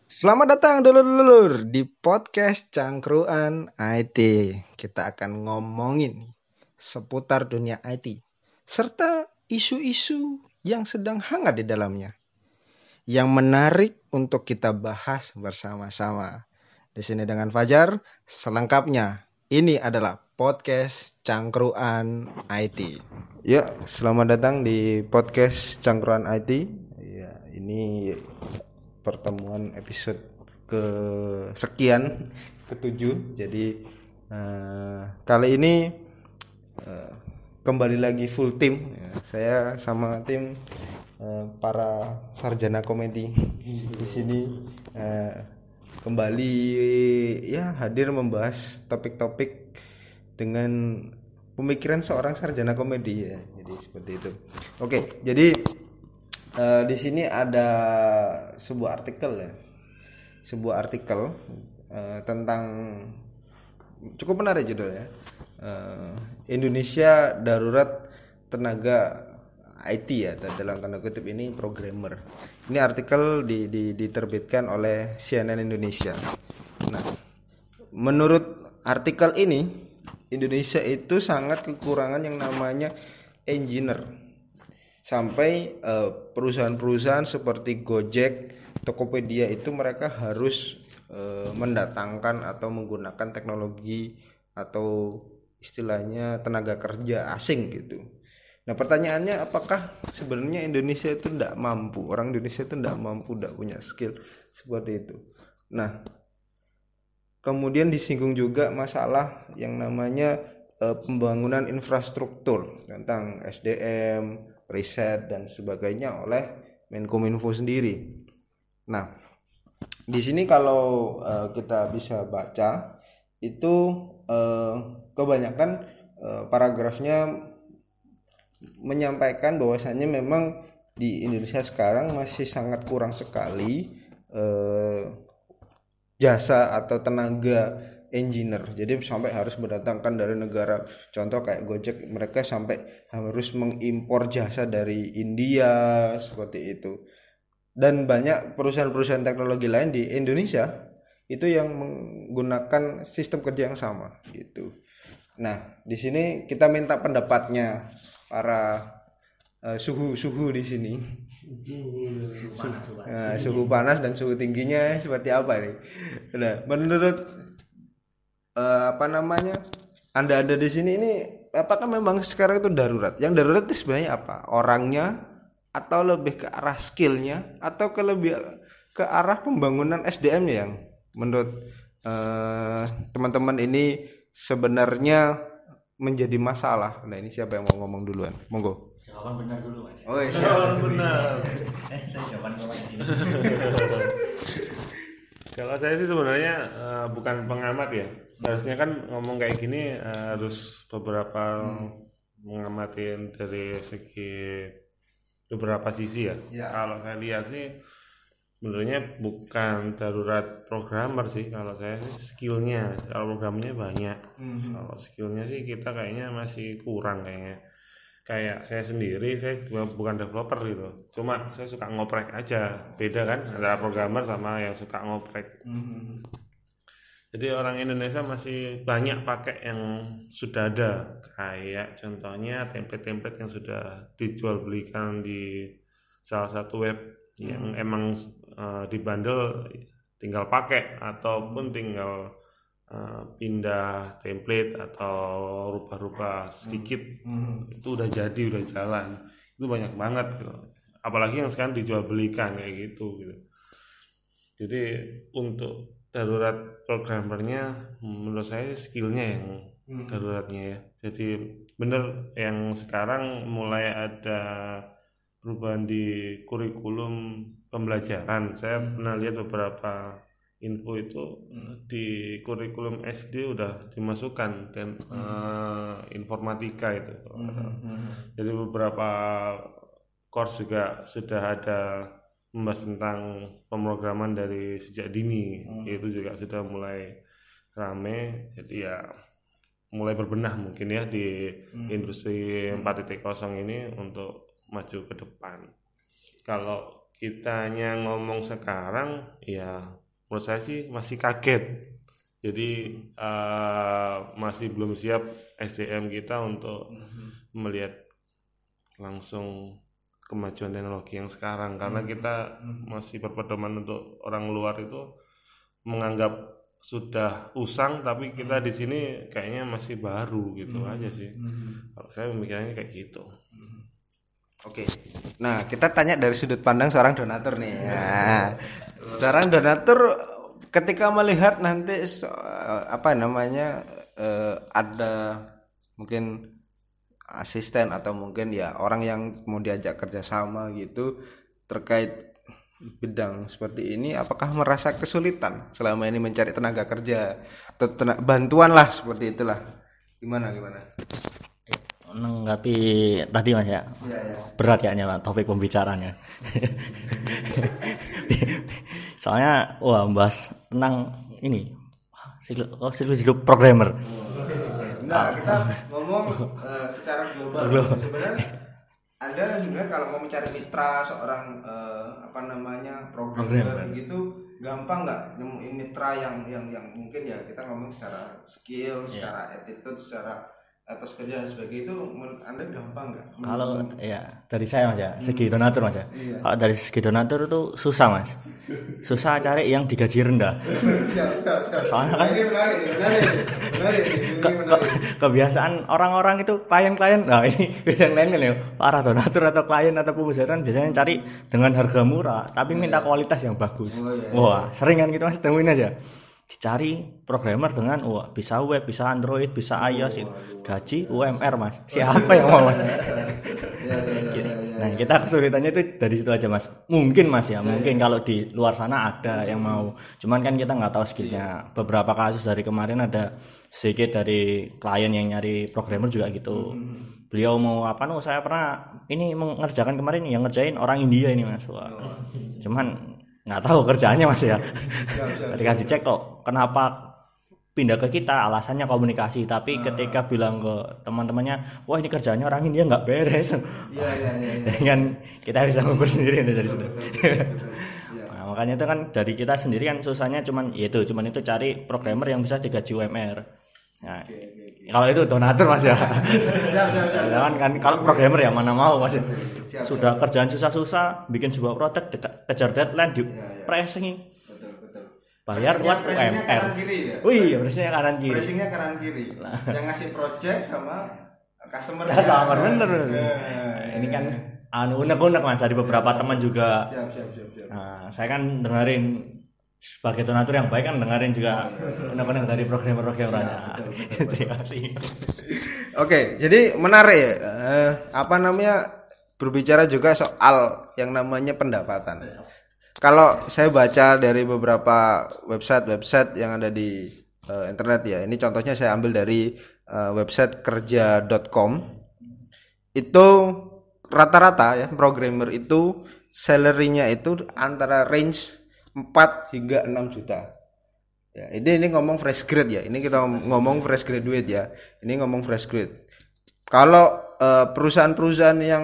Selamat datang dulur-dulur di podcast Cangkruan IT. Kita akan ngomongin seputar dunia IT serta isu-isu yang sedang hangat di dalamnya yang menarik untuk kita bahas bersama-sama. Di sini dengan Fajar, selengkapnya ini adalah podcast Cangkruan IT. Ya, selamat datang di podcast Cangkruan IT. Ya, ini pertemuan episode kesekian ketujuh. Jadi kali ini kembali lagi full tim. Saya sama tim para sarjana komedi di sini kembali ya hadir membahas topik-topik dengan pemikiran seorang sarjana komedi ya. Jadi seperti itu. Oke, jadi di sini ada sebuah artikel ya, tentang cukup menarik judulnya. Indonesia darurat tenaga IT ya, dalam tanda kutip ini programmer. Ini artikel diterbitkan oleh CNN Indonesia. Nah, menurut artikel ini Indonesia itu sangat kekurangan yang namanya engineer. Sampai perusahaan-perusahaan seperti Gojek, Tokopedia itu mereka harus mendatangkan atau menggunakan teknologi atau istilahnya tenaga kerja asing gitu. Nah pertanyaannya, apakah sebenarnya Indonesia itu tidak mampu, orang Indonesia itu tidak mampu, tidak punya skill seperti itu. Nah kemudian disinggung juga masalah yang namanya pembangunan infrastruktur tentang SDM, riset dan sebagainya oleh Menkominfo sendiri. Nah, di sini kalau kita bisa baca itu kebanyakan paragrafnya menyampaikan bahwasannya memang di Indonesia sekarang masih sangat kurang sekali jasa atau tenaga engineer. Jadi sampai harus mendatangkan dari negara, contoh kayak Gojek, mereka sampai harus mengimpor jasa dari India seperti itu. Dan banyak perusahaan-perusahaan teknologi lain di Indonesia itu yang menggunakan sistem kerja yang sama gitu. Nah, di sini kita minta pendapatnya para suhu di sini. Suhu panas dan suhu tingginya seperti apa nih? Nah, menurut Anda ada di sini ini, apakah memang sekarang itu darurat? Yang darurat itu sebenarnya apa? Orangnya, atau lebih ke arah skillnya, atau lebih ke arah pembangunan SDM-nya yang menurut teman-teman ini sebenarnya menjadi masalah? Nah ini siapa yang mau ngomong duluan? Monggo. Jawaban benar dulu mas. Oh iya, jawaban benar. Saya jawaban ini. Kalau saya sih sebenarnya bukan pengamat ya. Harusnya kan ngomong kayak gini harus beberapa mengamatin dari segi beberapa sisi ya. Kalau saya lihat sih sebenarnya bukan darurat programmer sih. Kalau saya sih skillnya, kalau programnya banyak. Kalau skillnya sih kita kayaknya masih kurang kayaknya. Kayak saya sendiri, saya bukan developer gitu, cuma saya suka ngoprek aja. Beda kan antara programmer sama yang suka ngoprek. Jadi orang Indonesia masih banyak pakai yang sudah ada, kayak contohnya template-template yang sudah dijual belikan di salah satu web yang emang dibundle, tinggal pakai ataupun tinggal pindah template atau rubah-rubah sedikit, itu udah jadi, udah jalan. Itu banyak banget gitu. Apalagi yang sekarang dijual belikan kayak gitu. Jadi untuk darurat programmernya menurut saya skillnya yang daruratnya ya. Jadi bener yang sekarang mulai ada perubahan di kurikulum pembelajaran. Saya pernah lihat beberapa info itu di kurikulum SD udah dimasukkan dan informatika itu. Jadi beberapa course juga sudah ada membahas tentang pemrograman dari sejak dini. Itu juga sudah mulai rame. Jadi ya mulai berbenah mungkin ya di industri 4.0 ini untuk maju ke depan. Kalau kitanya ngomong sekarang ya menurut saya sih masih kaget. Jadi masih belum siap SDM kita untuk melihat langsung kemajuan teknologi yang sekarang, karena kita masih berpedoman untuk orang luar itu menganggap sudah usang, tapi kita di sini kayaknya masih baru gitu aja sih. Kalau saya memikirnya kayak gitu. Oke. Nah, kita tanya dari sudut pandang seorang donatur nih. Nah, seorang donatur ketika melihat nanti ada mungkin asisten atau mungkin ya orang yang mau diajak kerjasama gitu terkait bidang seperti ini, apakah merasa kesulitan selama ini mencari tenaga kerja atau bantuan lah seperti itulah? Gimana? Menanggapi tadi Mas ya. Berat kayaknya Pak, topik pembicaranya. Soalnya membahas tentang ini siklus hidup programmer. Nah, kita ngomong secara global. Sebenarnya Anda sebenarnya kalau mau mencari mitra seorang programmer gitu gampang nggak nemuin mitra yang mungkin ya kita ngomong secara skill, secara attitude, secara etos kerja dan sebagainya itu Anda gampang nggak? Kalau ya dari saya Mas ya, segi donatur Mas ya. Kalau dari segi donatur itu susah Mas. Susah cari yang digaji rendah. Siap. Soalnya kan ini menarik. kebiasaan orang-orang itu klien-klien, nah ini yang lain kan ya, para donatur atau klien atau pengusaha biasanya cari dengan harga murah tapi minta kualitas yang bagus. Wah, sering kan gitu Mas, temuin aja. Dicari programmer dengan bisa web, bisa Android, bisa iOS, gaji UMR Mas. Siapa yang mau Mas? Nah, kita kesulitannya itu dari situ aja Mas. Mungkin Mas ya, mungkin kalau di luar sana ada yang mau. Cuman kan kita nggak tahu skillnya. Beberapa kasus dari kemarin ada sedikit dari klien yang nyari programmer juga gitu. Beliau mau saya pernah ini mengerjakan kemarin yang ngerjain orang India ini Mas. Wah. Cuman nggak tahu kerjaannya Mas ya. Ketika dicek kok kenapa pindah ke kita, alasannya komunikasi, tapi ketika bilang ke teman-temannya wah ini kerjaannya orang India nggak beres. Kan kita bisa ngukur sendiri dari situ. Nah, makanya itu kan dari kita sendiri kan susahnya cuman itu cari programmer yang bisa digaji UMR. Nah, kalau itu donatur Mas ya. kan kalau programmer ya mana mau Mas. Sudah kerjaan susah-susah bikin sebuah produk kejar deadline di pressing. Betul. Bayar buat UMR. Wih, pressingnya kanan kiri. Pressingnya kanan kiri. Yang ngasih project sama customer. Bener. Ini kan unek-unek Mas dari beberapa teman juga. Siap. Nah, saya kan dengerin sebagai donatur yang baik kan dengerin juga unek-unek dari programmer-programmernya. Terima kasih. Oke, jadi menarik ya. Berbicara juga soal yang namanya pendapatan. Kalau saya baca dari beberapa website yang ada di internet ya. Ini contohnya saya ambil dari website kerja.com. Itu rata-rata ya programmer itu salary-nya itu antara range 4 hingga 6 juta. Ya, ini ngomong fresh grade ya. Ini kita ngomong fresh graduate ya. Ini ngomong fresh grade. Kalau perusahaan-perusahaan yang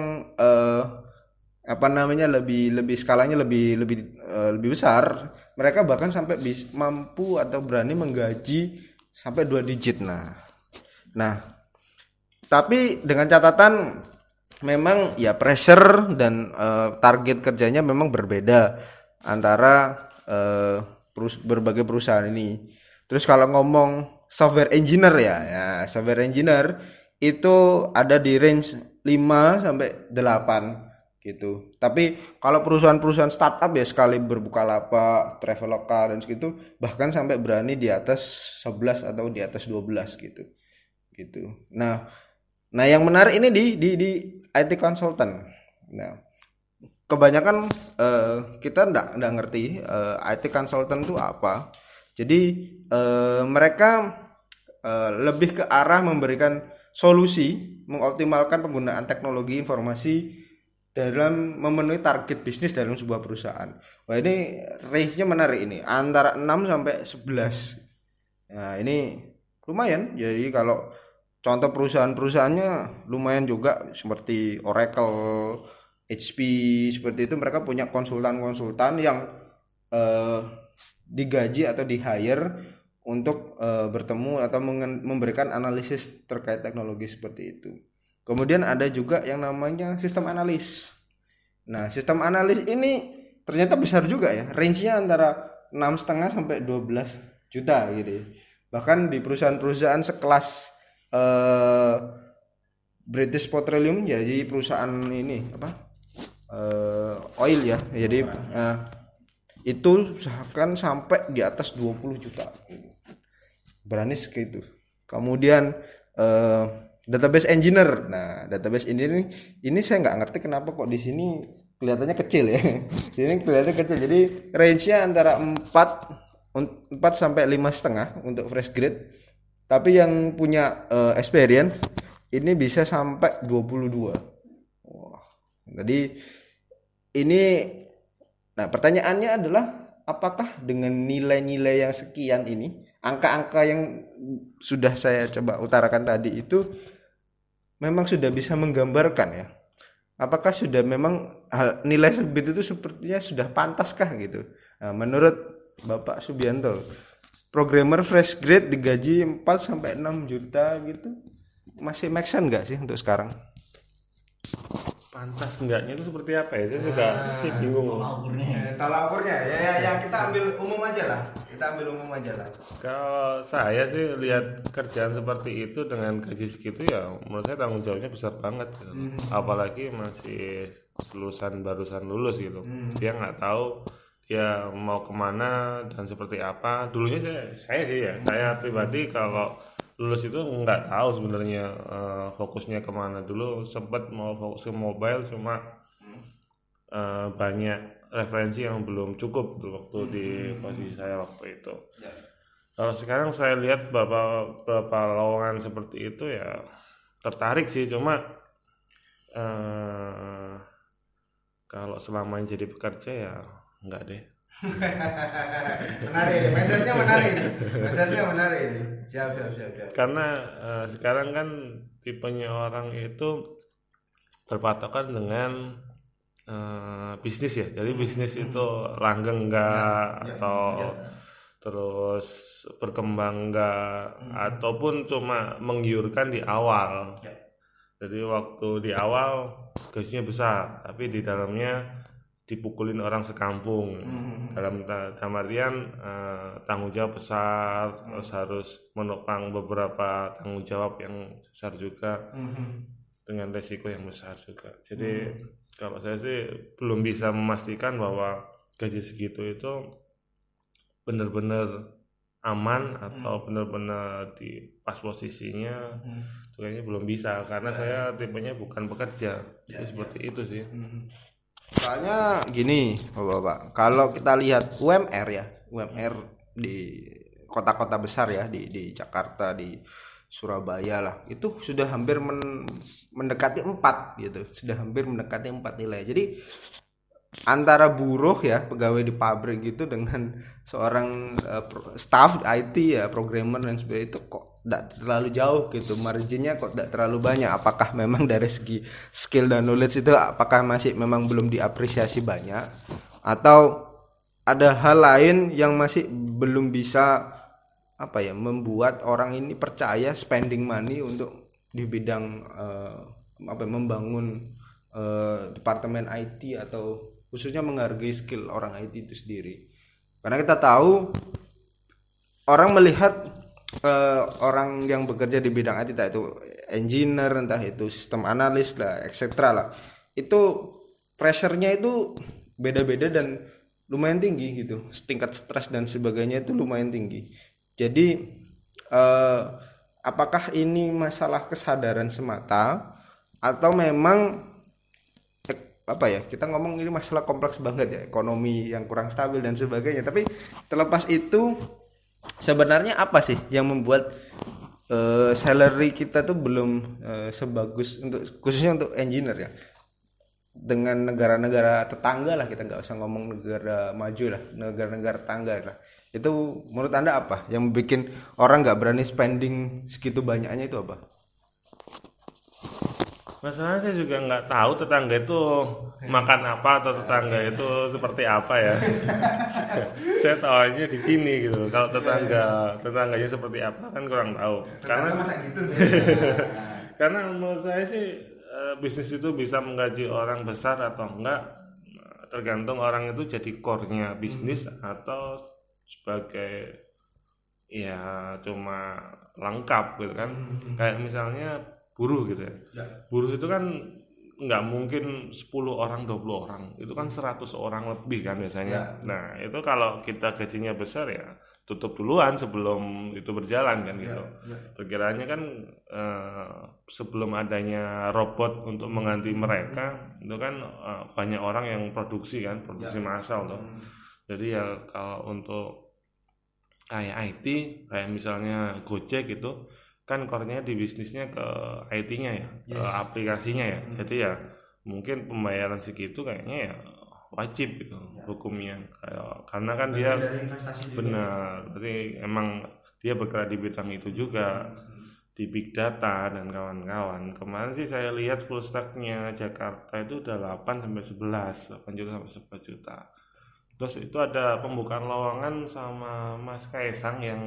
lebih skalanya lebih besar, mereka bahkan sampai mampu atau berani menggaji sampai 2 digit. Nah, tapi dengan catatan memang ya pressure dan target kerjanya memang berbeda antara berbagai perusahaan ini. Terus kalau ngomong software engineer ya software engineer itu ada di range 5 sampai 8 gitu. Tapi kalau perusahaan-perusahaan startup ya sekali Bukalapak, Traveloka dan segitu bahkan sampai berani di atas 11 atau di atas 12 gitu. Nah yang menarik ini di IT consultant. Nah, kebanyakan kita enggak ngerti IT consultant itu apa. Jadi mereka lebih ke arah memberikan solusi, mengoptimalkan penggunaan teknologi informasi dalam memenuhi target bisnis dalam sebuah perusahaan. Wah, ini range-nya menarik ini, antara 6 sampai 11. Nah, ini lumayan. Jadi kalau contoh perusahaan-perusahaannya lumayan juga seperti Oracle, HP seperti itu, mereka punya konsultan-konsultan yang digaji atau di hire untuk bertemu atau memberikan analisis terkait teknologi seperti itu. Kemudian ada juga yang namanya sistem analis. Nah, sistem analis ini ternyata besar juga ya, range-nya antara 6,5 sampai 12 juta gitu ya. Bahkan di perusahaan-perusahaan sekelas British Petroleum, jadi perusahaan ini oil ya, jadi itu usahakan sampai di atas 20 juta, berani segitu. Kemudian database engineer. Nah, database engineer ini saya nggak ngerti kenapa kok di sini kelihatannya kecil ya. Di sini kelihatan kecil. Jadi range-nya antara 4 sampai 5,5 untuk fresh grade. Tapi yang punya experience ini bisa sampai 22. Wah. Jadi ini, nah pertanyaannya adalah apakah dengan nilai-nilai yang sekian ini, angka-angka yang sudah saya coba utarakan tadi itu memang sudah bisa menggambarkan ya, apakah sudah memang nilai segitu itu sepertinya sudah pantaskah gitu. Nah, menurut Bapak Subianto, programmer fresh grade digaji 4 sampai 6 juta gitu masih make sense nggak sih untuk sekarang? Pantas enggaknya itu seperti apa ya? Saya juga bingung. Tolak ukurnya ya kita ambil umum aja lah. Kalau saya sih lihat kerjaan seperti itu dengan gaji segitu ya, menurut saya tanggung jawabnya besar banget gitu. Apalagi masih barusan lulus gitu. Dia nggak tahu dia mau kemana dan seperti apa. Dulunya saya pribadi kalau lulus itu nggak tahu sebenarnya fokusnya kemana. Dulu sempat mau fokus ke mobile, cuma banyak referensi yang belum cukup waktu di posisi saya waktu itu. Kalau sekarang saya lihat beberapa lowongan seperti itu ya tertarik sih, cuma kalau selama jadi pekerja ya enggak deh. Mindsetnya menarik. Siap. Karena sekarang kan tipenya orang itu berpatokan dengan bisnis ya. Jadi bisnis itu langgeng enggak atau terus berkembang enggak, ataupun cuma menggiurkan di awal. Jadi waktu di awal gajinya besar, tapi di dalamnya dipukulin orang sekampung. Dalam artian tanggung jawab besar, terus harus menopang beberapa tanggung jawab yang besar juga, dengan resiko yang besar juga. Jadi kalau saya sih belum bisa memastikan bahwa gaji segitu itu benar-benar aman atau benar-benar di pas posisinya. Kayaknya belum bisa karena saya tipenya bukan pekerja. Jadi seperti itu sih. Soalnya gini Bapak, kalau kita lihat UMR di kota-kota besar ya, di Jakarta, di Surabaya lah, itu sudah hampir mendekati 4 gitu, sudah hampir mendekati 4 nilai. Jadi antara buruh ya, pegawai di pabrik gitu, dengan seorang staff IT ya, programmer dan sebagainya, itu kok tidak terlalu jauh gitu, marginnya kok tidak terlalu banyak. Apakah memang dari segi skill dan knowledge itu apakah masih memang belum diapresiasi banyak, atau ada hal lain yang masih belum bisa membuat orang ini percaya spending money untuk di bidang membangun departemen IT, atau khususnya menghargai skill orang IT itu sendiri. Karena kita tahu orang melihat orang yang bekerja di bidang IT, entah itu engineer, entah itu sistem analis lah, etc. lah, itu pressure-nya itu beda-beda dan lumayan tinggi gitu, tingkat stres dan sebagainya itu lumayan tinggi. Jadi apakah ini masalah kesadaran semata, atau memang kita ngomong ini masalah kompleks banget ya, ekonomi yang kurang stabil dan sebagainya. Tapi terlepas itu, sebenarnya apa sih yang membuat salary kita tuh belum sebagus khususnya untuk engineer ya, dengan negara-negara tetangga lah, kita nggak usah ngomong negara maju lah, negara-negara tetangga lah. Itu menurut Anda apa yang bikin orang nggak berani spending segitu banyaknya, itu apa? Masalahnya saya juga nggak tahu tetangga itu makan apa atau tetangga itu seperti apa ya. Saya tahunya di sini gitu. Kalau tetangganya seperti apa kan kurang tahu. Karena menurut saya sih bisnis itu bisa menggaji orang besar atau enggak tergantung orang itu jadi core-nya bisnis atau sebagai ya cuma lengkap gitu kan. Kayak misalnya buruh gitu ya. Buruh itu kan nggak mungkin 10 orang 20 orang, itu kan 100 orang lebih kan biasanya. Nah itu kalau kita gajinya besar ya tutup duluan sebelum itu berjalan kan gitu. Perkiraannya kan sebelum adanya robot untuk mengganti mereka itu kan banyak orang yang produksi massal tuh. Jadi ya kalau untuk kayak IT kayak misalnya Gojek gitu kan core-nya di bisnisnya ke IT-nya ya, ke aplikasinya ya. Jadi ya mungkin pembayaran segitu kayaknya ya wajib gitu hukumnya. Karena kan dia benar, berarti emang dia bergerak di bidang itu juga, di big data dan kawan-kawan. Kemarin sih saya lihat full stack-nya Jakarta itu udah 8 sampai 11, 8 juta sampai 11 juta. Terus itu ada pembukaan lowongan sama Mas Kaisang yang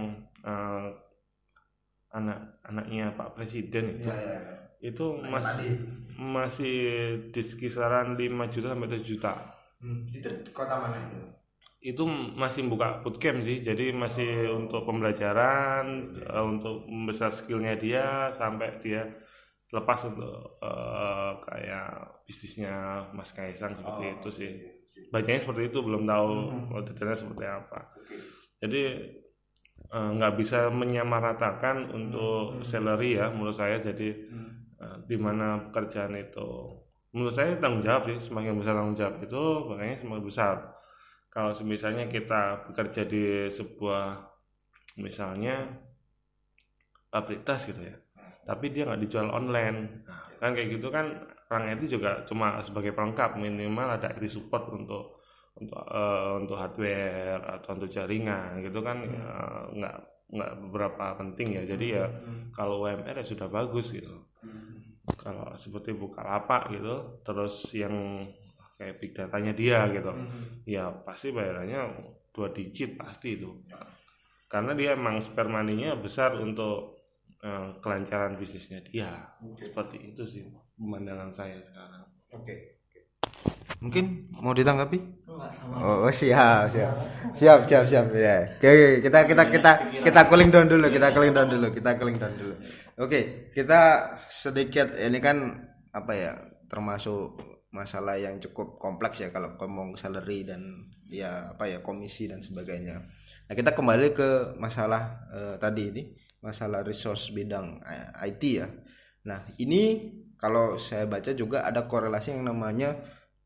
anaknya Pak Presiden itu masih di kisaran 5 juta sampai 7 juta. Itu kota mana itu? Itu masih buka bootcamp sih, jadi masih untuk pembelajaran, untuk membesar skillnya dia sampai dia lepas untuk kayak bisnisnya Mas Kaisang seperti itu sih. Bacanya seperti itu, belum tahu detailnya seperti apa. Jadi nggak bisa menyamaratakan untuk salary ya menurut saya. Jadi di mana pekerjaan itu menurut saya tanggung jawab sih, semakin besar tanggung jawab itu makanya semakin besar. Kalau misalnya kita bekerja di sebuah misalnya pabrik tas gitu ya, tapi dia nggak dijual online, kan kayak gitu kan orang itu juga cuma sebagai pelengkap, minimal ada IT support untuk hardware atau untuk jaringan gitu kan, nggak beberapa penting ya. Jadi ya kalau UMR ya sudah bagus gitu. Kalau seperti Bukalapak gitu, terus yang kayak big datanya dia gitu, ya pasti bayarannya 2 digit pasti itu, karena dia emang spare money-nya besar untuk kelancaran bisnisnya dia. Seperti itu sih pemandangan saya sekarang. Oke. Mungkin mau ditanggapi? Oh, siap. Ya. Oke, kita cooling down dulu. Oke, kita sedikit ini kan apa ya, termasuk masalah yang cukup kompleks ya kalau ngomong salary dan ya apa ya komisi dan sebagainya. Nah, kita kembali ke masalah tadi ini, masalah resource bidang IT ya. Nah, ini kalau saya baca juga ada korelasi yang namanya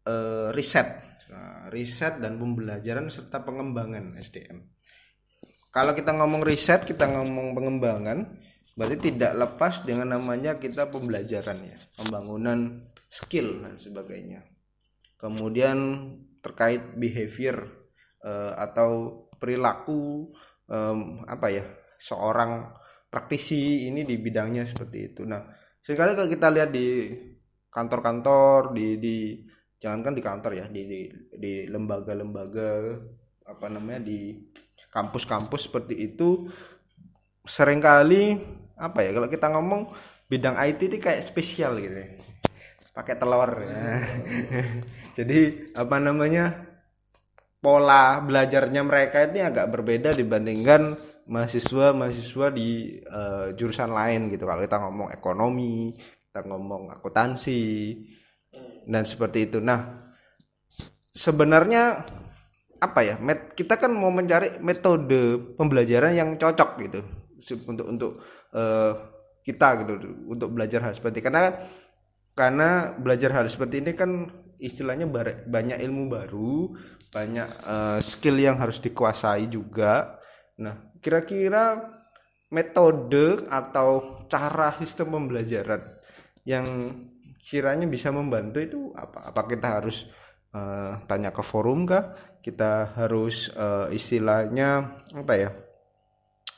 riset dan pembelajaran serta pengembangan SDM. Kalau kita ngomong riset, kita ngomong pengembangan, berarti tidak lepas dengan namanya kita pembelajaran ya, pembangunan skill dan sebagainya. Kemudian terkait behavior atau perilaku apa ya seorang praktisi ini di bidangnya seperti itu. Nah, seringkali kalau kita lihat di kantor-kantor, di jangankan di kantor ya, di lembaga-lembaga apa namanya, di kampus-kampus seperti itu, seringkali apa ya kalau kita ngomong bidang IT itu kayak spesial gitu ya, pakai telur ya. Jadi apa namanya, pola belajarnya mereka ini agak berbeda dibandingkan mahasiswa di jurusan lain gitu. Kalau kita ngomong ekonomi, kita ngomong akuntansi dan seperti itu. Nah, sebenarnya apa ya, kita kan mau mencari metode pembelajaran yang cocok gitu untuk kita gitu, untuk belajar hal seperti, karena belajar hal seperti ini kan istilahnya banyak ilmu baru, banyak skill yang harus dikuasai juga. Nah, kira-kira metode atau cara sistem pembelajaran yang kiranya bisa membantu itu apa kita harus tanya ke forum kah, kita harus istilahnya apa ya,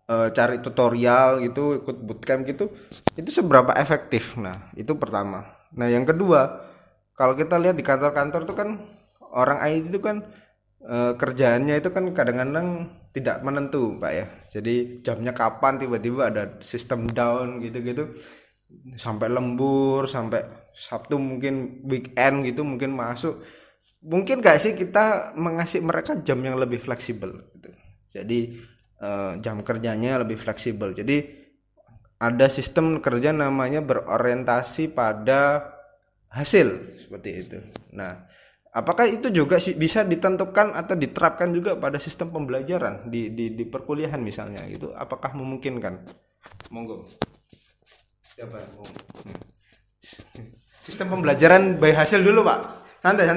cari tutorial gitu, ikut bootcamp gitu, itu seberapa efektif. Nah, itu pertama. Nah, yang kedua, kalau kita lihat di kantor-kantor itu kan orang IT itu kan kerjaannya itu kan kadang-kadang tidak menentu, Pak ya. Jadi jamnya kapan tiba-tiba ada sistem down gitu-gitu, sampai lembur, sampai Sabtu mungkin weekend gitu mungkin masuk. Mungkin gak sih kita mengasih mereka jam yang lebih fleksibel gitu. Jadi jam kerjanya lebih fleksibel. Jadi ada sistem kerja namanya berorientasi pada hasil seperti itu. Nah, apakah itu juga bisa ditentukan atau diterapkan juga pada sistem pembelajaran di perkuliahan misalnya gitu? Apakah memungkinkan? Monggo. Siapa yang mau? Sistem pembelajaran by hasil dulu, Pak. Santai.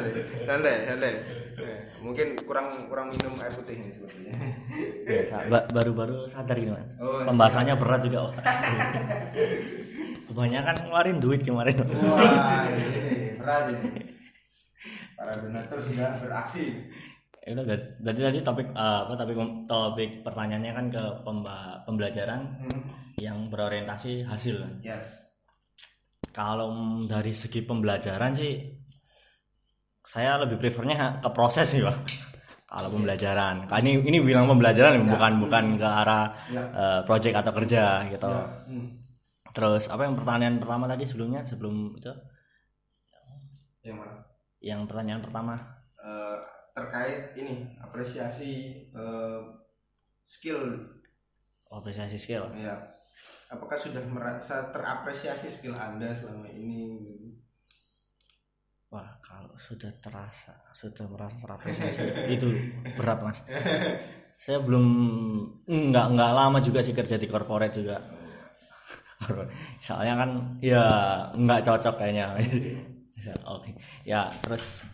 Mungkin kurang minum air putih ini sepertinya. Baru sadar gitu Mas. Oh, pembahasannya berat juga. Kebanyakan ngeluarin duit kemarin. Wah, ini berat ini. Para donatur sudah beraksi. Ya udah, berarti tadi topik pertanyaannya kan ke pembelajaran yang berorientasi hasil. Yes. Kalau dari segi pembelajaran sih saya lebih prefernya ke proses sih, Pak. Kalau pembelajaran, ini bilang pembelajaran bukan ke arah project atau kerja gitu. Terus apa yang pertanyaan pertama tadi sebelum itu? Yang mana? Yang pertanyaan pertama terkait ini apresiasi skill. Apresiasi skill. Ya. Apakah sudah merasa terapresiasi skill Anda selama ini? Wah, kalau sudah merasa terapresiasi itu berat Mas. Saya belum nggak lama juga sih kerja di corporate juga. Soalnya kan ya nggak cocok kayaknya. Oke. Ya, terus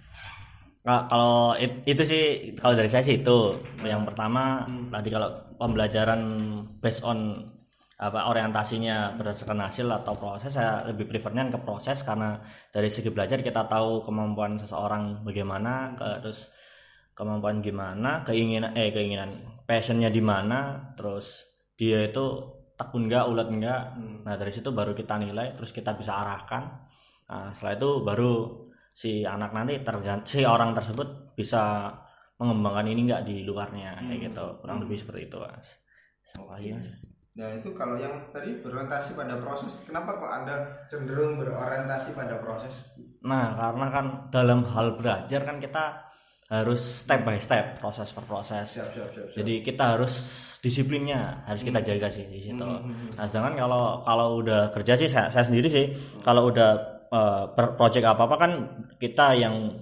kalau itu sih kalau dari saya sih itu yang pertama tadi kalau pembelajaran based on orientasinya berdasarkan hasil atau proses, saya lebih prefernya ke proses karena dari segi belajar kita tahu kemampuan seseorang bagaimana, terus kemampuan gimana, keinginan passionnya di mana, terus dia itu tekun enggak, ulet enggak. Nah dari situ baru kita nilai, terus kita bisa arahkan. Nah setelah itu baru si anak nanti si orang tersebut bisa mengembangkan ini enggak di luarnya kayak gitu, kurang lebih seperti itu Mas. Sampai Nah itu kalau yang tadi berorientasi pada proses, kenapa kok Anda cenderung berorientasi pada proses? Nah karena kan dalam hal belajar kan kita harus step by step, proses per proses. Siap. Jadi kita harus disiplinnya harus kita jaga sih di situ. Nah sedangkan kalau udah kerja sih saya sendiri sih kalau udah project apa kan kita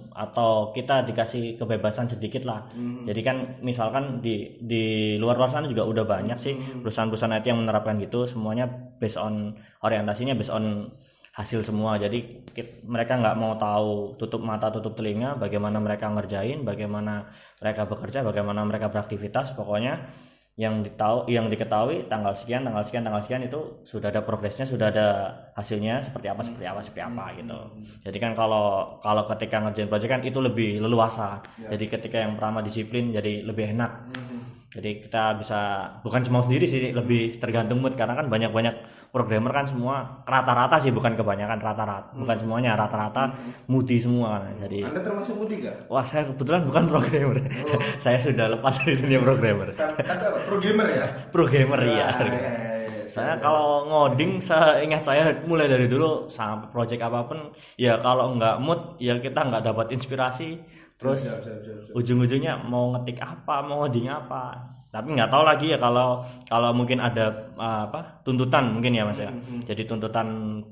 kita dikasih kebebasan sedikit lah. Jadi kan misalkan di luar sana juga udah banyak sih perusahaan-perusahaan IT yang menerapkan gitu, semuanya based on orientasinya based on hasil semua. Jadi mereka nggak mau tahu tutup mata tutup telinga bagaimana mereka ngerjain, bagaimana mereka bekerja, bagaimana mereka beraktivitas. Pokoknya yang diketahui tanggal sekian itu sudah ada progresnya, sudah ada hasilnya seperti apa gitu. Jadi kan kalau ketika ngerjain project kan itu lebih leluasa. Jadi ketika yang pertama disiplin jadi lebih enak. Jadi kita bisa bukan cuma sendiri sih, lebih tergantung mood karena kan banyak programmer kan semua rata-rata sih, bukan kebanyakan, rata-rata bukan semuanya, rata-rata moody semua kan. Jadi Anda termasuk moody gak? Wah saya kebetulan bukan programmer. Saya sudah lepas dari dunia programmer. Programmer ya? Programmer ya. Saya kalau ngoding seingat saya mulai dari dulu sampai project apapun ya kalau nggak mood ya kita nggak dapat inspirasi. Terus ujung-ujungnya mau ngetik apa, mau ngoding apa, tapi nggak tahu lagi ya kalau mungkin ada tuntutan mungkin ya Mas ya. Jadi tuntutan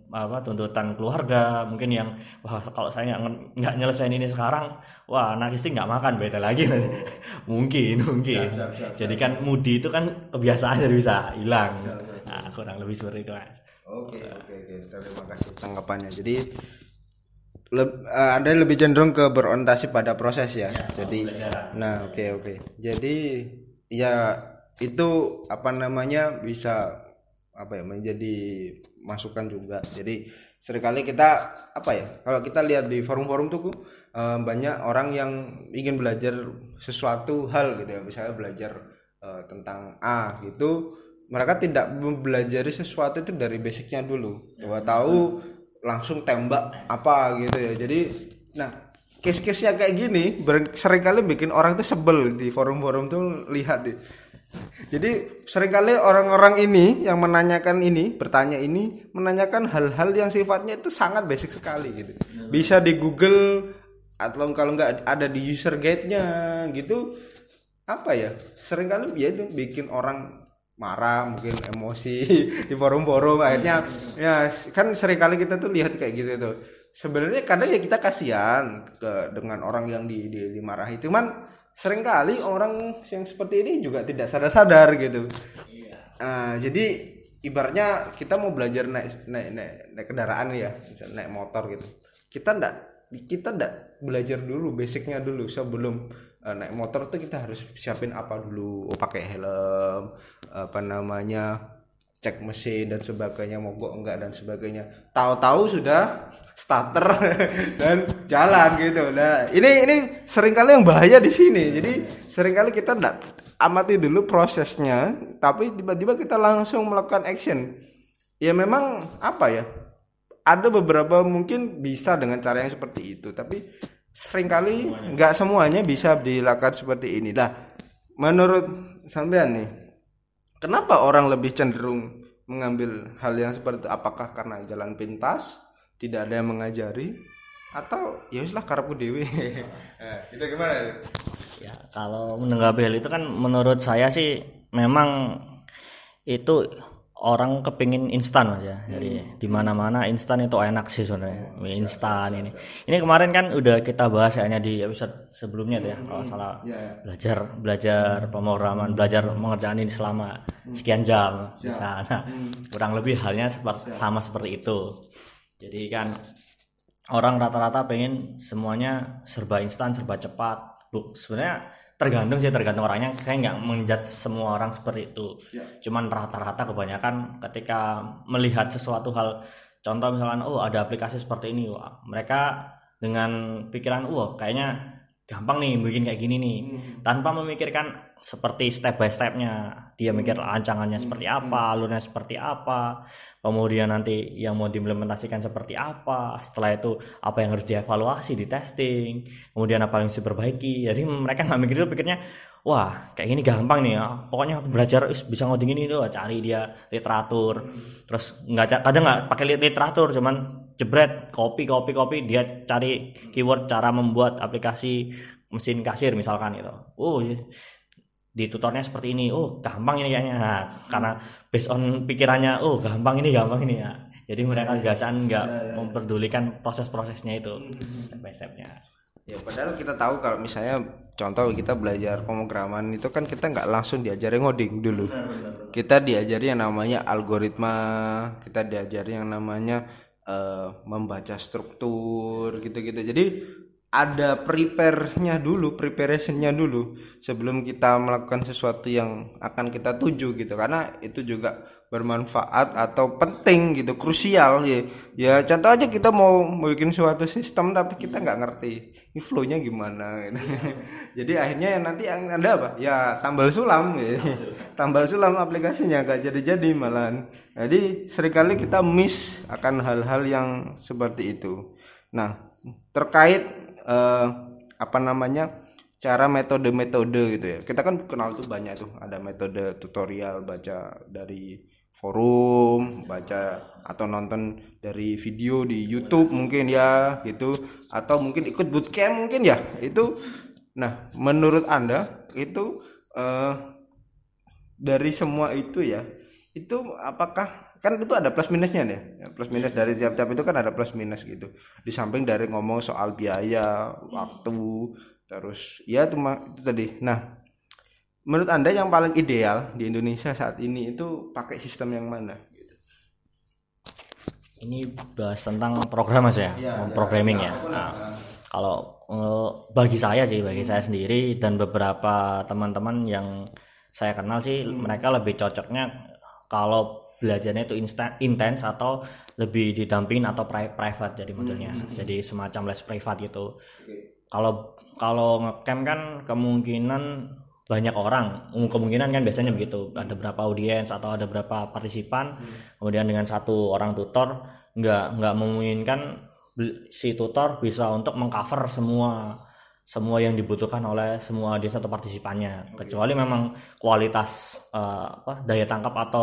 keluarga mungkin yang wah kalau saya nggak nyelesain ini sekarang wah anak istri nggak makan, beda lagi Mas. mungkin siap. Jadi kan moody itu kan kebiasaan jadi bisa hilang. Nah, kurang lebih seperti itu Mas. Oke. Terima kasih tanggapannya. Jadi Anda lebih cenderung ke berorientasi pada proses ya. Jadi nah oke. Jadi ya itu bisa menjadi masukan juga. Jadi seringkali kita kalau kita lihat di forum-forum tuh banyak orang yang ingin belajar sesuatu hal gitu ya, misalnya belajar tentang A gitu, mereka tidak mempelajari sesuatu itu dari basicnya dulu. Tahu langsung tembak apa gitu ya. Jadi nah case-case-nya kayak gini seringkali bikin orang tuh sebel di forum-forum tuh lihat deh. Jadi seringkali orang-orang ini yang menanyakan hal-hal yang sifatnya itu sangat basic sekali gitu. Bisa di Google atau kalau nggak ada di user guide-nya gitu. Apa ya? Seringkali ya itu bikin orang marah, mungkin emosi di forum-forum akhirnya ya kan seringkali kita tuh lihat kayak gitu tuh. Sebenarnya kadang ya kita kasihan dengan orang yang dimarahi, cuman seringkali orang yang seperti ini juga tidak sadar-sadar gitu. Jadi ibaratnya kita mau belajar naik kendaraan ya, misalnya naik motor gitu. Kita ndak belajar dulu basicnya dulu sebelum naik motor tuh kita harus siapin apa dulu, pakai helm, cek mesin dan sebagainya, mogok enggak dan sebagainya. Tahu-tahu sudah starter dan jalan gitu. Nah, ini seringkali yang bahaya di sini. Jadi seringkali kita enggak amati dulu prosesnya, tapi tiba-tiba kita langsung melakukan action. Ya memang apa ya? Ada beberapa mungkin bisa dengan cara yang seperti itu, tapi seringkali enggak semuanya bisa dilakukan seperti ini. Nah, menurut sampean nih, kenapa orang lebih cenderung mengambil hal yang seperti itu? Apakah karena jalan pintas, tidak ada yang mengajari, atau ya wis lah karepku dhewe? Itu gimana? Ya, kalau menanggapi hal itu kan menurut saya sih memang itu orang kepingin instan Mas ya. Jadi di mana-mana instan itu enak sih sebenarnya. Instan ini. Ini kemarin kan udah kita bahas kayaknya di episode sebelumnya tuh ya. Kalau salah belajar pemrograman, belajar mengerjakan ini selama sekian jam di sana. Kurang lebih halnya sama seperti itu. Jadi kan orang rata-rata pengen semuanya serba instan, serba cepat. Sebenarnya tergantung orangnya, kayak nggak menjudge semua orang seperti itu. Cuman rata-rata kebanyakan ketika melihat sesuatu hal, contoh misalkan ada aplikasi seperti ini, mereka dengan pikiran kayaknya gampang nih bikin kayak gini nih, tanpa memikirkan seperti step by stepnya. Dia mikir rancangannya seperti apa, alurnya seperti apa, kemudian nanti yang mau diimplementasikan seperti apa, setelah itu apa yang harus dievaluasi, di testing, kemudian apa yang harus diperbaiki. Jadi mereka nggak mikir itu, pikirnya wah kayak gini gampang nih ya, pokoknya aku belajar bisa ngoding ini tuh, cari dia literatur, terus kadang nggak pakai literatur, cuman jebret copy dia cari keyword cara membuat aplikasi mesin kasir misalkan gitu. Di tutornya seperti ini, gampang ini kayaknya. Nah, karena based on pikirannya gampang ini ya. Jadi mereka biasaan nggak memperdulikan proses-prosesnya itu, step by stepnya. Ya padahal kita tahu kalau misalnya contoh kita belajar pemrograman itu kan kita nggak langsung diajari ngoding dulu. Kita diajari yang namanya algoritma, kita diajari yang namanya membaca struktur gitu-gitu. Jadi ada preparationnya dulu sebelum kita melakukan sesuatu yang akan kita tuju gitu, karena itu juga bermanfaat atau penting gitu, krusial ya contoh aja kita mau bikin suatu sistem tapi kita nggak ngerti ini flow-nya gimana gitu. Jadi akhirnya nanti yang ada apa ya tambal sulam gitu. Tambal sulam aplikasinya nggak jadi malahan. Jadi seringkali kita miss akan hal-hal yang seperti itu. Nah terkait cara metode gitu ya, kita kan kenal tuh banyak tuh, ada metode tutorial, baca dari forum, baca atau nonton dari video di YouTube mungkin ya gitu, atau mungkin ikut bootcamp mungkin ya itu. Nah menurut Anda itu dari semua itu ya, itu apakah kan itu ada plus minusnya nih, plus minus dari tiap-tiap itu kan ada plus minus gitu. Di samping dari ngomong soal biaya, waktu, terus ya itu tadi. Nah, menurut Anda yang paling ideal di Indonesia saat ini itu pakai sistem yang mana? Ini bahas tentang program Mas ya, programming ya. Nah, kalau bagi saya sendiri dan beberapa teman-teman yang saya kenal sih, mereka lebih cocoknya kalau belajarnya itu intens atau lebih didampingin atau private jadi modelnya. Jadi semacam les privat gitu. Kalau ngecamp kan kemungkinan banyak orang, kemungkinan kan biasanya begitu, ada berapa audiens atau ada berapa partisipan, kemudian dengan satu orang tutor nggak memungkinkan si tutor bisa untuk mengcover semua yang dibutuhkan oleh semua audiens atau partisipannya, kecuali memang kualitas daya tangkap atau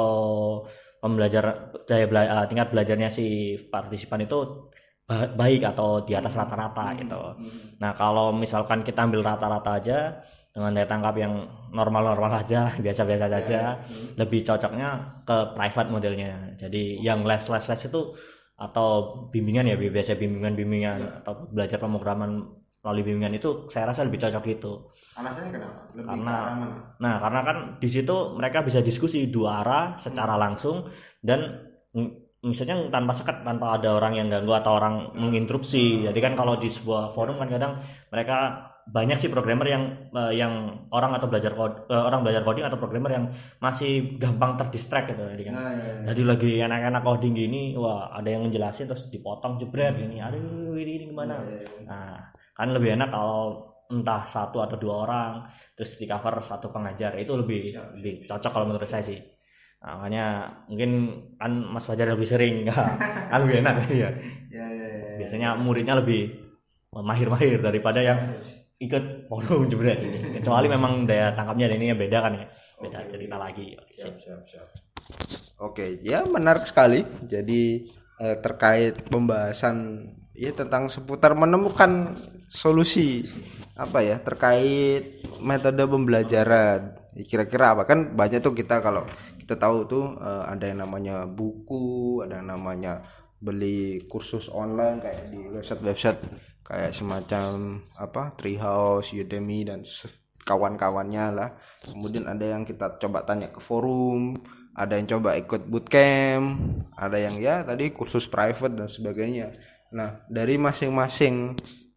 tingkat belajarnya si partisipan itu baik atau di atas rata-rata gitu. Nah kalau misalkan kita ambil rata-rata aja dengan daya tangkap yang normal-normal aja, biasa-biasa saja, lebih cocoknya ke private modelnya. Jadi yang les itu atau bimbingan ya, biasa bimbingan atau belajar pemrograman melalui bimbingan itu saya rasa lebih cocok gitu. Alasannya kenapa? Karena kan di situ mereka bisa diskusi dua arah secara langsung dan misalnya tanpa sekat, tanpa ada orang yang ganggu atau orang menginterupsi. Jadi kan kalau di sebuah forum kan kadang mereka banyak sih programmer yang orang belajar coding atau programmer yang masih gampang terdistract gitu. Jadi kan jadi lagi enak-enak coding gini, wah ada yang ngejelasin terus dipotong jebret gini, aduh ini gimana. Nah kan lebih enak kalau entah satu atau dua orang terus di cover satu pengajar, itu lebih cocok kalau menurut saya sih. Nah, makanya mungkin kan Mas Fajar lebih sering kan lebih enak ya. Biasanya muridnya lebih mahir daripada yang ikut forum jebret ini. Kecuali memang daya tangkapnya dan ini yang beda kan ya. Beda cerita lagi. Siap. Oke, ya menarik sekali. Jadi terkait pembahasan ya tentang seputar menemukan solusi terkait metode pembelajaran. Kira-kira apa, kan banyak tuh kalau kita tahu tuh ada yang namanya buku, ada yang namanya beli kursus online kayak di website kayak semacam Treehouse, Udemy dan kawan-kawannya lah. Kemudian ada yang kita coba tanya ke forum, ada yang coba ikut bootcamp, ada yang ya tadi kursus private dan sebagainya. Nah dari masing-masing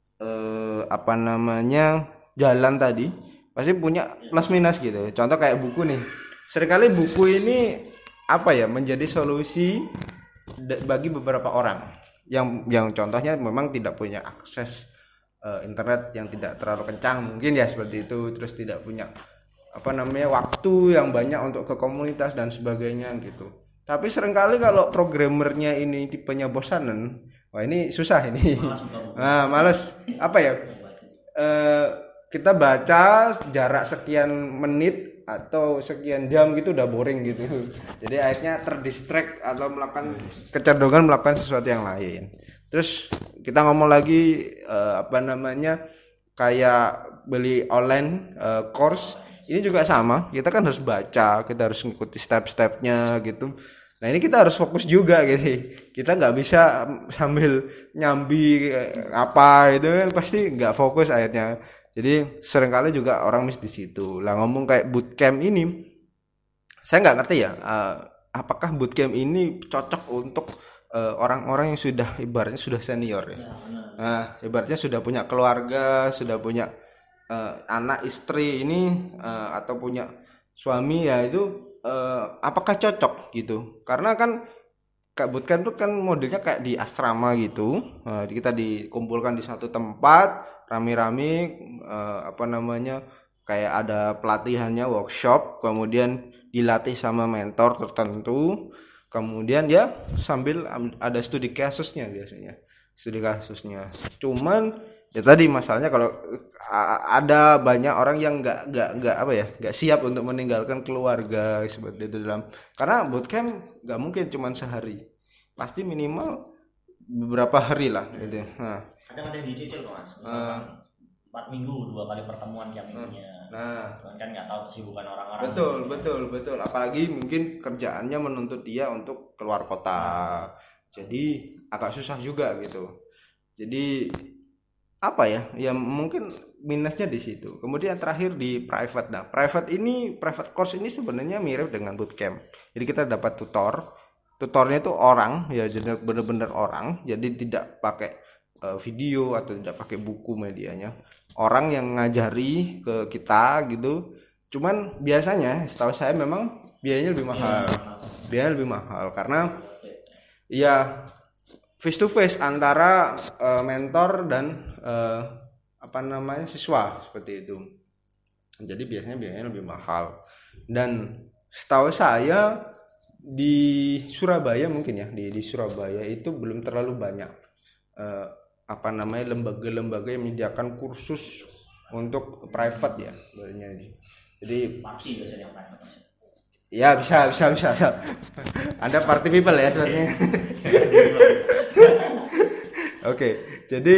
jalan tadi pasti punya plus minus gitu. Contoh kayak buku nih, seringkali buku ini menjadi solusi bagi beberapa orang yang contohnya memang tidak punya akses internet yang tidak terlalu kencang mungkin ya seperti itu, terus tidak punya waktu yang banyak untuk ke komunitas dan sebagainya gitu. Tapi seringkali kalau programmernya ini tipenya bosanan, wah ini susah ini. Males kita baca jarak sekian menit atau sekian jam gitu udah boring gitu. Jadi akhirnya terdistract atau kecenderungan melakukan sesuatu yang lain. Terus kita ngomong lagi kayak beli online course, ini juga sama. Kita kan harus baca, kita harus ngikuti step-stepnya gitu. Nah ini kita harus fokus juga gitu. Kita nggak bisa sambil nyambi itu kan pasti nggak fokus akhirnya. Jadi seringkali juga orang miss di situ. Lah ngomong kayak bootcamp ini, saya nggak ngerti ya. Apakah bootcamp ini cocok untuk orang-orang yang ibaratnya sudah senior ya? Nah, ibaratnya sudah punya keluarga, sudah punya anak istri ini atau punya suami ya itu. Apakah cocok gitu? Karena kan kayak bootcamp itu kan modelnya kayak di asrama gitu. Kita dikumpulkan di satu tempat rame-rame, kayak ada pelatihannya, workshop, kemudian dilatih sama mentor tertentu, kemudian ya sambil ada studi kasusnya biasanya. Cuman ya tadi masalahnya kalau ada banyak orang yang nggak siap untuk meninggalkan keluarga seperti itu karena bootcamp nggak mungkin cuma sehari, pasti minimal beberapa hari lah gitu. Nah ada yang dicicil kok Mas, 4 minggu 2 kali pertemuan tiap minggunya. Kan nggak tahu kesibukan orang-orang. Betul. Apalagi mungkin kerjaannya menuntut dia untuk keluar kota, jadi agak susah juga gitu. Jadi ya mungkin minusnya di situ. Kemudian terakhir di private. Nah, private course ini sebenarnya mirip dengan bootcamp. Jadi kita dapat tutornya itu orang, ya jadi benar-benar orang. Jadi tidak pakai video atau tidak pakai buku medianya. Orang yang ngajari ke kita gitu. Cuman biasanya setahu saya memang biayanya lebih mahal karena ya face to face antara mentor dan siswa seperti itu. Jadi biayanya lebih mahal. Dan setahu saya di Surabaya mungkin ya, di Surabaya itu belum terlalu banyak lembaga-lembaga yang menyediakan kursus untuk private ya sebenarnya ini. Jadi Party biasanya yang private. ya bisa. Anda party people ya sebenarnya. Oke, jadi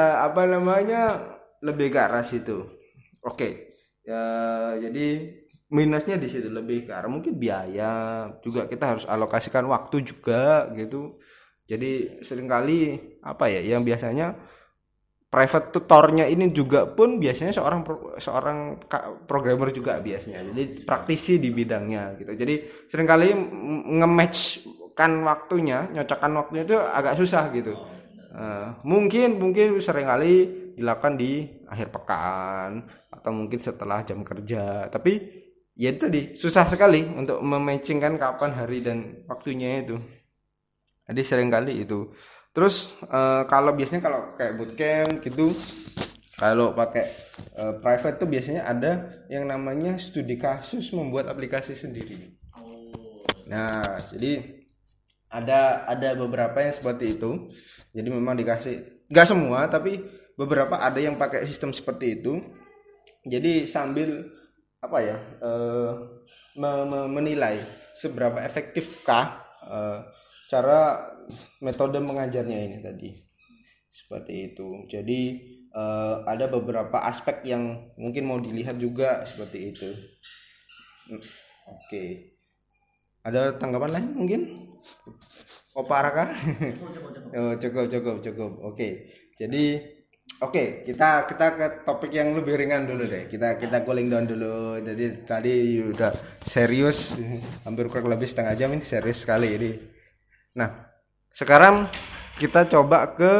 lebih ke arah situ. Oke. Jadi minusnya di situ, lebih ke arah mungkin biaya juga, kita harus alokasikan waktu juga gitu. Jadi seringkali yang biasanya private tutornya ini juga pun biasanya seorang programmer juga biasanya, jadi praktisi di bidangnya gitu. Jadi seringkali nge-match-kan waktunya, nyocokkan waktunya itu agak susah gitu. Mungkin seringkali dilakukan di akhir pekan atau mungkin setelah jam kerja, tapi ya itu tadi susah sekali untuk mematchingkan kapan hari dan waktunya itu. Jadi seringkali itu. Terus kalau kayak bootcamp gitu, kalau pakai private tuh biasanya ada yang namanya studi kasus membuat aplikasi sendiri. Nah, jadi ada beberapa yang seperti itu. Jadi memang dikasih, nggak semua tapi beberapa ada yang pakai sistem seperti itu. Jadi sambil menilai seberapa efektifkah cara metode mengajarnya ini tadi, seperti itu. Jadi ada beberapa aspek yang mungkin mau dilihat juga seperti itu. Oke. Ada tanggapan lain mungkin? Opa Raka? Cukup. Oke. Jadi kita ke topik yang lebih ringan dulu deh. Kita cooling down dulu. Jadi tadi udah serius, hampir kurang lebih setengah jam ini, serius sekali ini. Nah, sekarang kita coba ke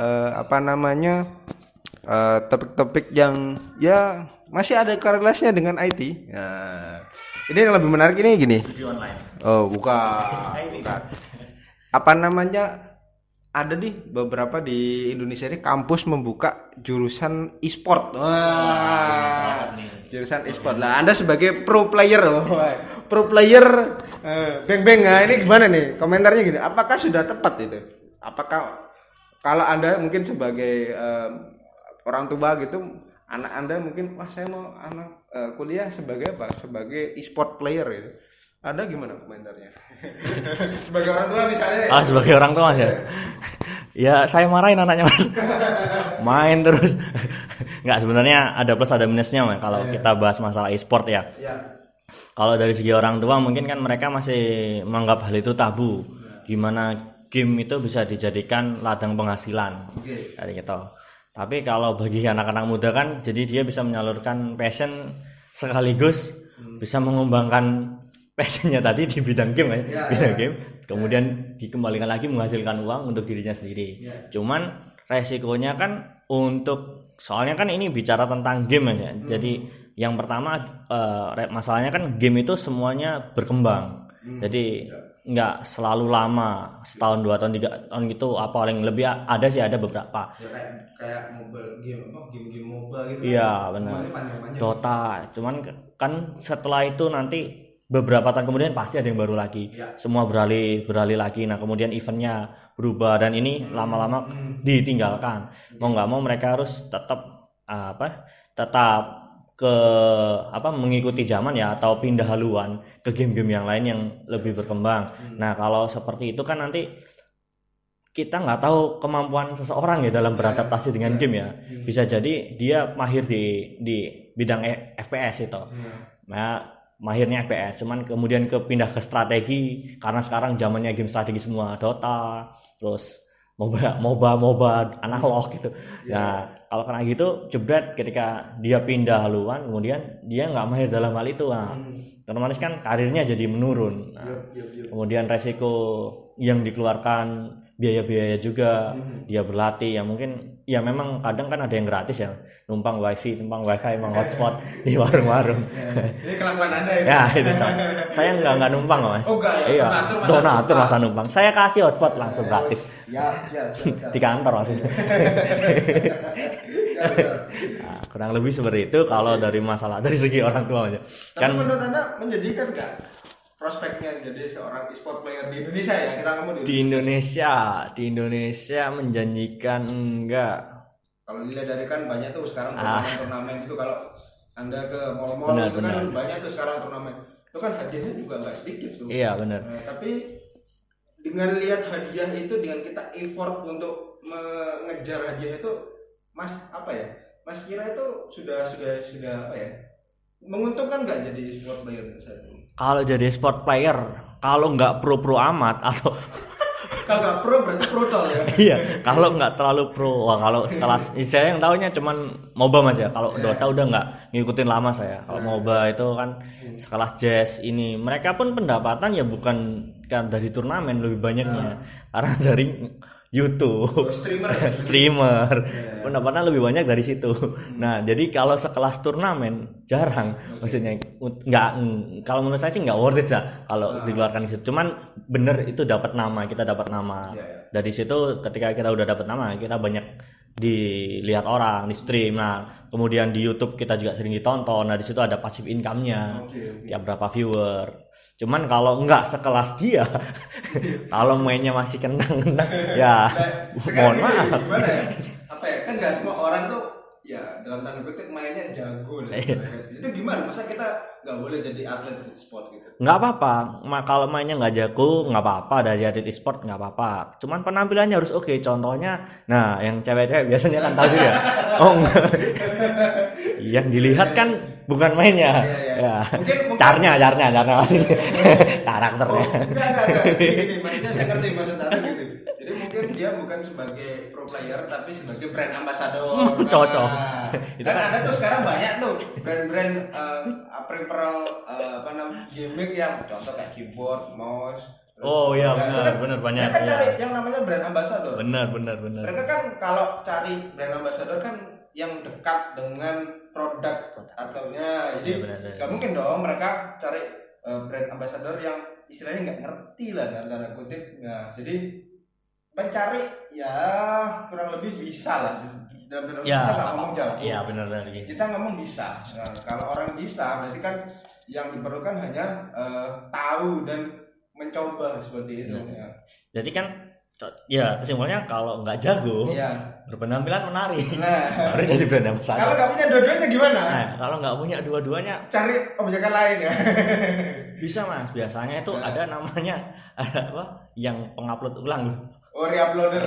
topik-topik yang ya masih ada korelasinya dengan IT. Nah, ini yang lebih menarik ini gini. Oh, bukan. Ada beberapa di Indonesia ini kampus membuka jurusan e-sport. Wah, jurusan e-sport. Lah, Anda sebagai pro player, beng-beng. Nah, ini gimana nih? Komentarnya gini. Apakah sudah tepat itu? Apakah kalau Anda mungkin sebagai orang tua gitu, anak Anda mungkin, saya mau anak kuliah sebagai apa? Sebagai e-sport player gitu. Ada gimana komentarnya? Sebagai orang tua misalnya. Sebagai orang tua Mas ya. Ya saya marahin anaknya Mas. Main terus. Enggak, sebenarnya ada plus ada minusnya Mas kalau kita bahas masalah e-sport ya. Kalau dari segi orang tua mungkin kan mereka masih menganggap hal itu tabu. Gimana game itu bisa dijadikan ladang penghasilan. Kayak gitu. Tapi kalau bagi anak-anak muda kan jadi dia bisa menyalurkan passion sekaligus bisa mengembangkan passionnya tadi di bidang game game, kemudian dikembalikan lagi menghasilkan uang untuk dirinya sendiri. Cuman resikonya kan soalnya kan ini bicara tentang game aja. Jadi yang pertama masalahnya kan game itu semuanya berkembang. Jadi nggak selalu lama, setahun, 2 tahun, 3 tahun gitu, paling lebih ada beberapa. Ya, kayak mobile game MOBA gitu. Iya, benar. Dota. Cuman kan setelah itu nanti beberapa tahun kemudian pasti ada yang baru lagi. Semua beralih lagi. Nah, kemudian eventnya berubah dan ini lama-lama ditinggalkan. Mau nggak mau mereka harus tetap mengikuti zaman ya, atau pindah haluan ke game-game yang lain yang lebih berkembang. Nah, kalau seperti itu kan nanti kita nggak tahu kemampuan seseorang ya dalam beradaptasi dengan game ya. Bisa jadi dia mahir di bidang FPS itu. Nah, mahirnya FPS, cuman kemudian pindah ke strategi karena sekarang zamannya game strategi semua, Dota, terus MOBA analog gitu. Nah, kalau kena gitu jebret ketika dia pindah haluan, kemudian dia nggak mahir dalam hal itu, otomatis kan karirnya jadi menurun. Kemudian resiko yang dikeluarkan biaya-biaya juga, dia berlatih ya mungkin ya memang kadang kan ada yang gratis ya, numpang wifi emang hotspot di warung-warung. Ini kelakuan Anda ya? Ya itu saya nggak numpang Mas. Iya, donatur masa numpang. Saya kasih hotspot langsung gratis. Siap. Di kantor maksudnya. Nah, kurang lebih seperti itu kalau dari masalah dari segi orang tua aja. Tapi menurut Anda menjanjikan nggak prospeknya jadi seorang e-sport player di Indonesia ya? Kita ngomong di Indonesia menjanjikan enggak. Kalau dilihat dari kan banyak tuh sekarang turnamen gitu, kalau Anda ke mall-mall Benar, itu kan benar. banyak tuh sekarang turnamen. Itu kan hadiahnya juga nggak sedikit tuh. Iya benar. Nah, tapi dengan lihat hadiah itu, dengan kita effort untuk mengejar hadiah itu, Mas apa ya? Mas kira itu sudah apa ya? Menguntungkan nggak jadi sport player? Kalau jadi sport player, kalau nggak pro amat atau Kalau nggak pro berarti pro tol ya. iya, kalau nggak terlalu pro, wah kalau sekelas saya yang tahunya cuman MOBA Mas ya. Kalau Dota udah nggak ngikutin lama saya. Kalau MOBA itu kan sekelas Jazz ini, mereka pun pendapatan ya bukan kan dari turnamen lebih banyaknya, karena dari YouTube, Streamer ya? streamer, pendapatan lebih banyak dari situ. Nah, jadi kalau sekelas turnamen jarang, maksudnya nggak, kalau menurut saya sih nggak worth it ya kalau dikeluarkan di situ. Cuman bener itu dapat nama, kita dapat nama dari situ. Ketika kita udah dapat nama, kita banyak dilihat orang di stream. Nah, kemudian di YouTube kita juga sering ditonton. Nah, di situ ada passive income-nya, tiap berapa viewer. Cuman kalau nggak sekelas dia, kalau mainnya masih kentang-kentang, ya mohon maaf. Gimana ya? Apa ya? Kan nggak semua orang tuh ya dalam tanda kutip mainnya jago lah. Itu gimana? Masa kita nggak boleh jadi atlet e-sport gitu? Nggak apa-apa, kalau mainnya nggak jago nggak apa-apa, dari atlet e-sport nggak apa-apa. Cuman penampilannya harus oke. Contohnya, nah yang cewek-cewek biasanya kan tahu juga. Oh enggak. Yang dilihat kan bukan mainnya, ya. Mungkin carnya masih karakternya. Enggak. Gini, maksudnya saya ngerti maksud Anda gitu. Jadi mungkin dia bukan sebagai pro player tapi sebagai brand ambassador. Cocok. Itu kan ada tuh sekarang banyak tuh brand-brand apparel apa namanya gimmick yang contoh kayak keyboard, mouse. Oh iya Nah, benar banyak. Mereka cari Ya. yang namanya brand ambassador. Benar. Mereka kan kalau cari brand ambassador kan yang dekat dengan produk atau ya, jadi nggak mungkin dong mereka cari brand ambassador yang istilahnya nggak ngerti lah dalam tanda kutip. Nah, jadi mencari ya kurang lebih bisa lah dalam tanda kutip. Ya, Kita nggak ngomong jauh. Iya benar Kita ngomong bisa. Nah, kalau orang bisa berarti kan yang diperlukan hanya tahu dan mencoba seperti itu. Ya. Jadi kan ya kesimpulannya kalau nggak jago, berpenampilan menarik, baru jadi brand ambassador. Kalau nggak punya dua-duanya gimana? Nah, kalau nggak punya dua-duanya, cari objekan lain ya. Bisa Mas. Biasanya itu ada namanya apa? Yang pengupload ulang. Oh, reuploader.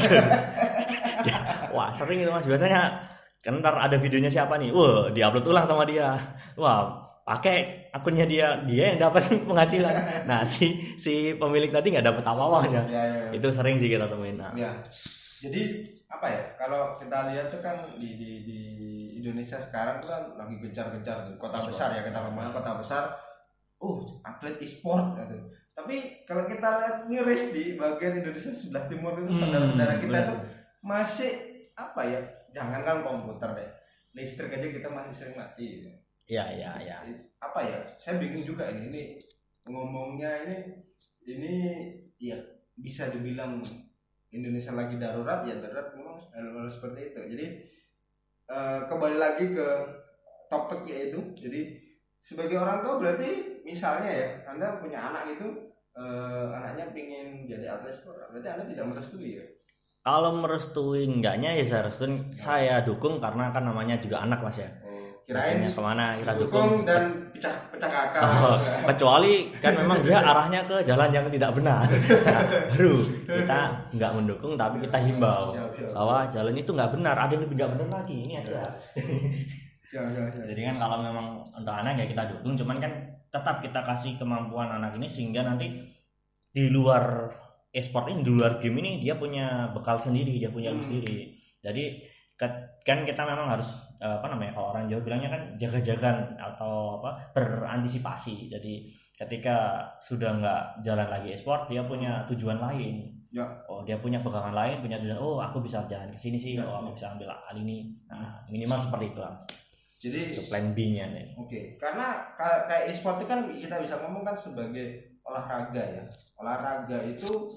Wah sering itu Mas. Biasanya kan ntar ada videonya siapa nih, wah diupload ulang sama dia. Wah pakai akunnya dia yang dapat penghasilan. Nah si pemilik tadi nggak dapat apa-apa aja. Ya. Itu sering sih kita temuin. Nah. Ya. Jadi apa ya? Kalau kita lihat tuh kan di Indonesia sekarang tuh kan lagi gencar-gencar kota besar ya, kita ngomongin kota besar. Atlet e-sport gitu. Tapi kalau kita lihat miris di bagian Indonesia sebelah timur itu saudara-saudara kita tuh masih apa ya? Jangankan komputer deh, listrik aja kita masih sering mati. Iya. Apa ya? Saya bingung juga ini ngomongnya ini ya bisa dibilang Indonesia lagi darurat ya, darurat memang harus seperti itu. Jadi kembali lagi ke topik yaitu, jadi sebagai orang tua berarti misalnya ya Anda punya anak itu anaknya pingin jadi atlet sport, berarti Anda tidak merestui ya? Kalau merestui enggaknya ya saya dukung karena kan namanya juga anak Mas ya. Kirain kemana kita dukung dan pecah kakak. Kecuali kan memang dia arahnya ke jalan yang tidak benar. Nah, baru kita nggak mendukung tapi kita himbau bahwa jalan itu nggak benar, ada yang lebih nggak benar lagi, ini aja. Jadi kan kalau memang untuk anak ya kita dukung, cuman kan tetap kita kasih kemampuan anak ini sehingga nanti di luar e-sport ini, di luar game ini dia punya bekal sendiri, dia punya ilmu sendiri. Jadi kan kita memang harus kalau orang Jawa bilangnya kan jaga-jagan atau berantisipasi. Jadi ketika sudah nggak jalan lagi e-sport, dia punya tujuan lain. Ya. Dia punya pegangan lain, punya tujuan. Aku bisa jalan ke sini sih. Aku bisa ambil hal ini. Nah, minimal seperti itu lah. Jadi itu plan B-nya nih. Oke. Karena kayak e-sport itu kan kita bisa ngomong kan sebagai olahraga ya. Olahraga itu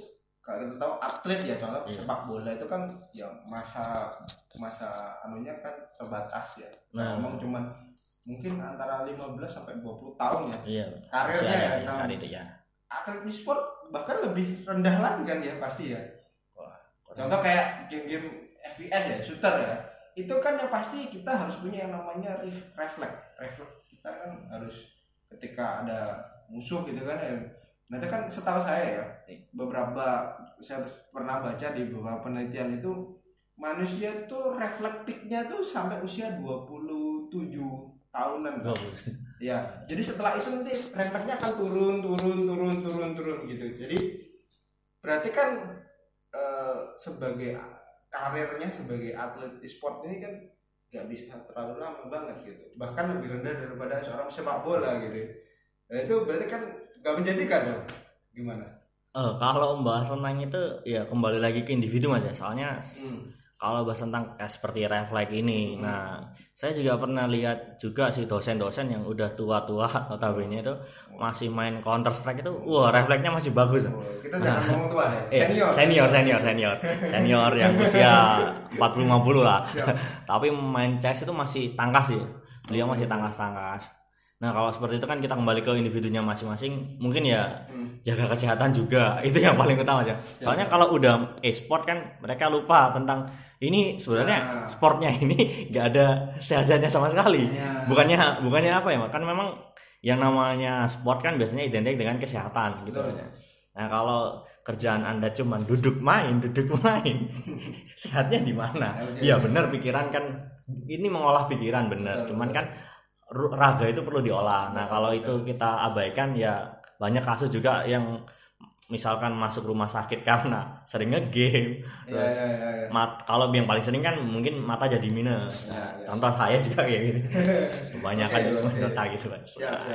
kalau kita tahu atlet ya, contoh sepak bola itu kan ya masa anunya kan terbatas ya. Ngomong cuman mungkin antara 15 sampai 20 tahun ya. Iya. Karirnya ya. Karir ya. Atlet e-sport bahkan lebih rendah lagi kan ya pasti ya. Contoh kayak game-game FPS ya, shooter ya. Itu kan yang pasti kita harus punya yang namanya refleks. Kita kan harus ketika ada musuh gitu kan ya. Nah itu kan setahu saya ya, saya pernah baca di beberapa penelitian itu manusia itu refleks peaknya tuh sampai usia 27 tahunan kan? Ya, jadi setelah itu nanti refleksnya akan turun gitu. Jadi berarti kan sebagai karirnya sebagai atlet e-sport ini kan nggak bisa terlalu lama banget gitu, bahkan lebih rendah daripada seorang sepak bola gitu. Nah itu berarti kan nggak menjanjikan dong, gimana? Kalau membahas tentang itu ya kembali lagi ke individu Mas ya, soalnya kalau bahas tentang seperti refleks ini, nah saya juga pernah lihat juga sih dosen-dosen yang udah tua-tua notabene itu masih main Counter Strike itu, wah refleksnya masih bagus. Kita jangan ngomong tua deh, senior yang usia 40-50 lah. Tapi main CS itu masih tangkas sih, beliau masih tangkas. Nah kalau seperti itu kan kita kembali ke individunya masing-masing, mungkin ya jaga kesehatan juga, itu yang paling utama aja. Soalnya kalau udah e-sport kan mereka lupa tentang ini sebenarnya sportnya ini nggak ada sehatnya sama sekali. Bukannya apa ya, kan memang yang namanya sport kan biasanya identik dengan kesehatan gitu aja. Nah kalau kerjaan Anda cuma duduk main, sehatnya di mana? Iya benar, pikiran kan ini mengolah pikiran benar, cuman kan raga itu perlu diolah. Nah kalau itu kita abaikan ya banyak kasus juga yang misalkan masuk rumah sakit karena sering nge-game. Terus kalau yang paling sering kan mungkin mata jadi minus. Contoh saya juga kayak gitu. Kebanyakan mata gitu kan.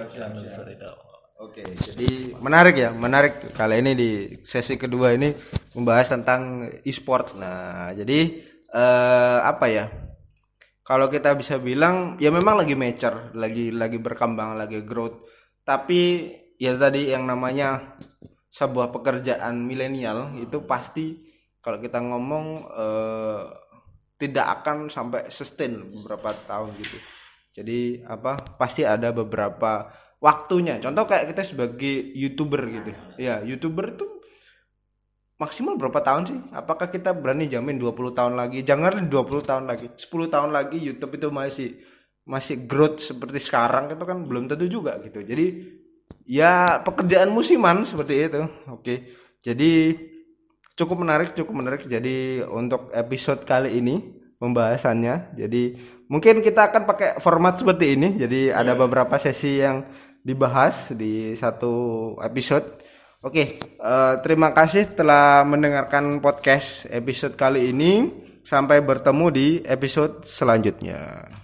Oke, jadi menarik kali ini di sesi kedua ini membahas tentang e-sport. Nah, jadi apa ya? Kalau kita bisa bilang ya memang lagi mature, lagi berkembang, lagi growth. Tapi ya tadi yang namanya sebuah pekerjaan milenial itu pasti kalau kita ngomong tidak akan sampai sustain beberapa tahun gitu. Jadi pasti ada beberapa waktunya. Contoh kayak kita sebagai YouTuber gitu. Ya, YouTuber itu maksimal berapa tahun sih? Apakah kita berani jamin 20 tahun lagi? Jangan 20 tahun lagi, 10 tahun lagi YouTube itu masih growth seperti sekarang itu kan belum tentu juga gitu. Jadi ya pekerjaan musiman seperti itu. Oke. Jadi cukup menarik. Jadi untuk episode kali ini pembahasannya. Jadi mungkin kita akan pakai format seperti ini. Jadi ada beberapa sesi yang dibahas di satu episode. Oke, terima kasih telah mendengarkan podcast episode kali ini. Sampai bertemu di episode selanjutnya.